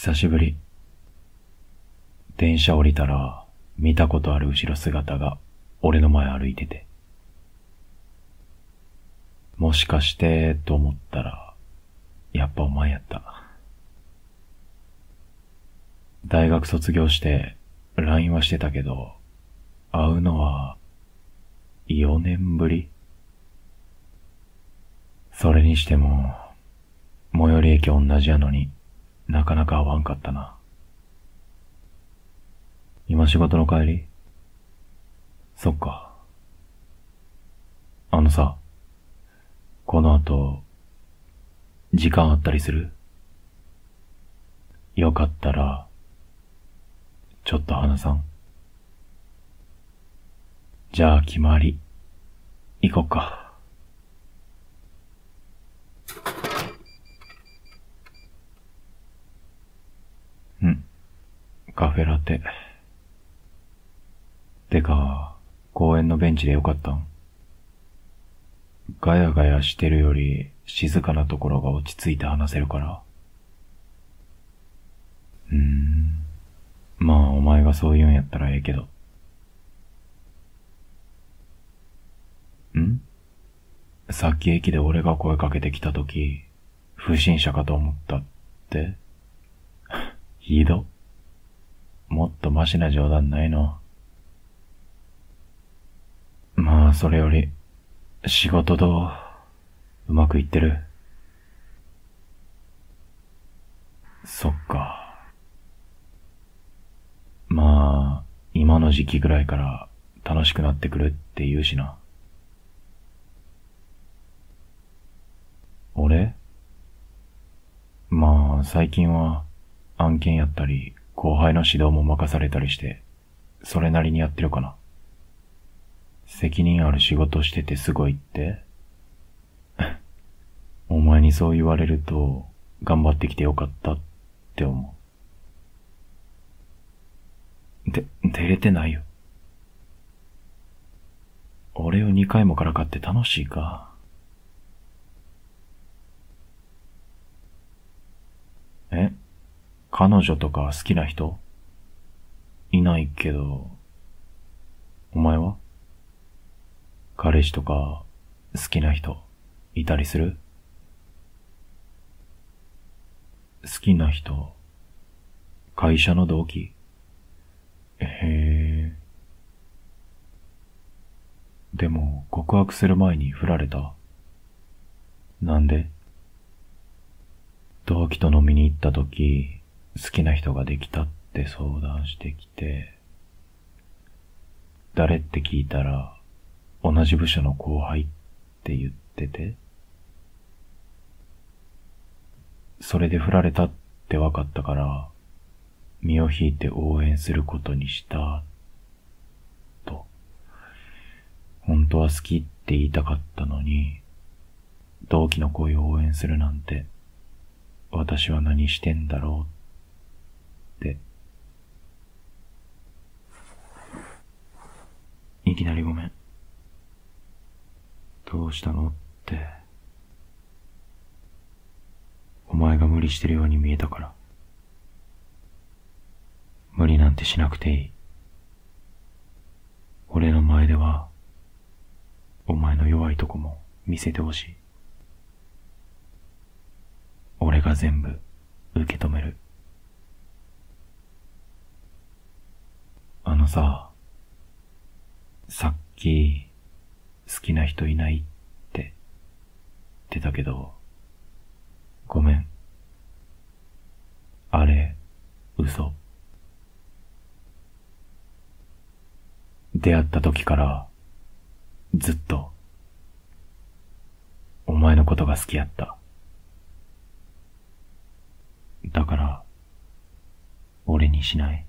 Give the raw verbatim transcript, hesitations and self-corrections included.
久しぶり。電車降りたら、見たことある後ろ姿が俺の前歩いてて。もしかしてと思ったら、やっぱお前やった。大学卒業して ライン はしてたけど、会うのはよねんぶり。それにしても、最寄り駅同じやのになかなか会わんかったな。今仕事の帰り？そっか。あのさ、この後、時間あったりする？よかったら、ちょっと話さん？じゃあ決まり、行こっか。うん、カフェラテ。てか、公園のベンチでよかったん？ガヤガヤしてるより静かなところが落ち着いて話せるから。うーん。まあお前がそう言うんやったらええけど。ん？さっき駅で俺が声かけてきたとき、不審者かと思ったって？ひど。もっとマシな冗談ないの？まあそれより、仕事どう？うまくいってる？そっか。まあ、今の時期ぐらいから楽しくなってくるって言うしな。俺？まあ、最近は案件やったり、後輩の指導も任されたりして、それなりにやってるかな。責任ある仕事しててすごいって？お前にそう言われると、頑張ってきてよかったって思う。で、照れてないよ。俺をにかいもからかって楽しいか？え？彼女とか好きな人？いないけど、お前は？彼氏とか好きな人いたりする？好きな人、会社の同期？へえ。でも告白する前に振られた？なんで？同期と飲みに行った時、好きな人ができたって相談してきて、誰って聞いたら、同じ部署の後輩って言ってて、それで振られたって分かったから、身を引いて応援することにした、と。本当は好きって言いたかったのに、同期の恋を応援するなんて、私は何してんだろうって。いきなりごめん。どうしたのって。お前が無理してるように見えたから。無理なんてしなくていい。俺の前では、お前の弱いとこも見せてほしい。俺が全部受け止める。あのさ、さっき好きな人いないって言ってたけど、ごめん。あれ、嘘。出会った時からずっとお前のことが好きやった。だから俺にしない？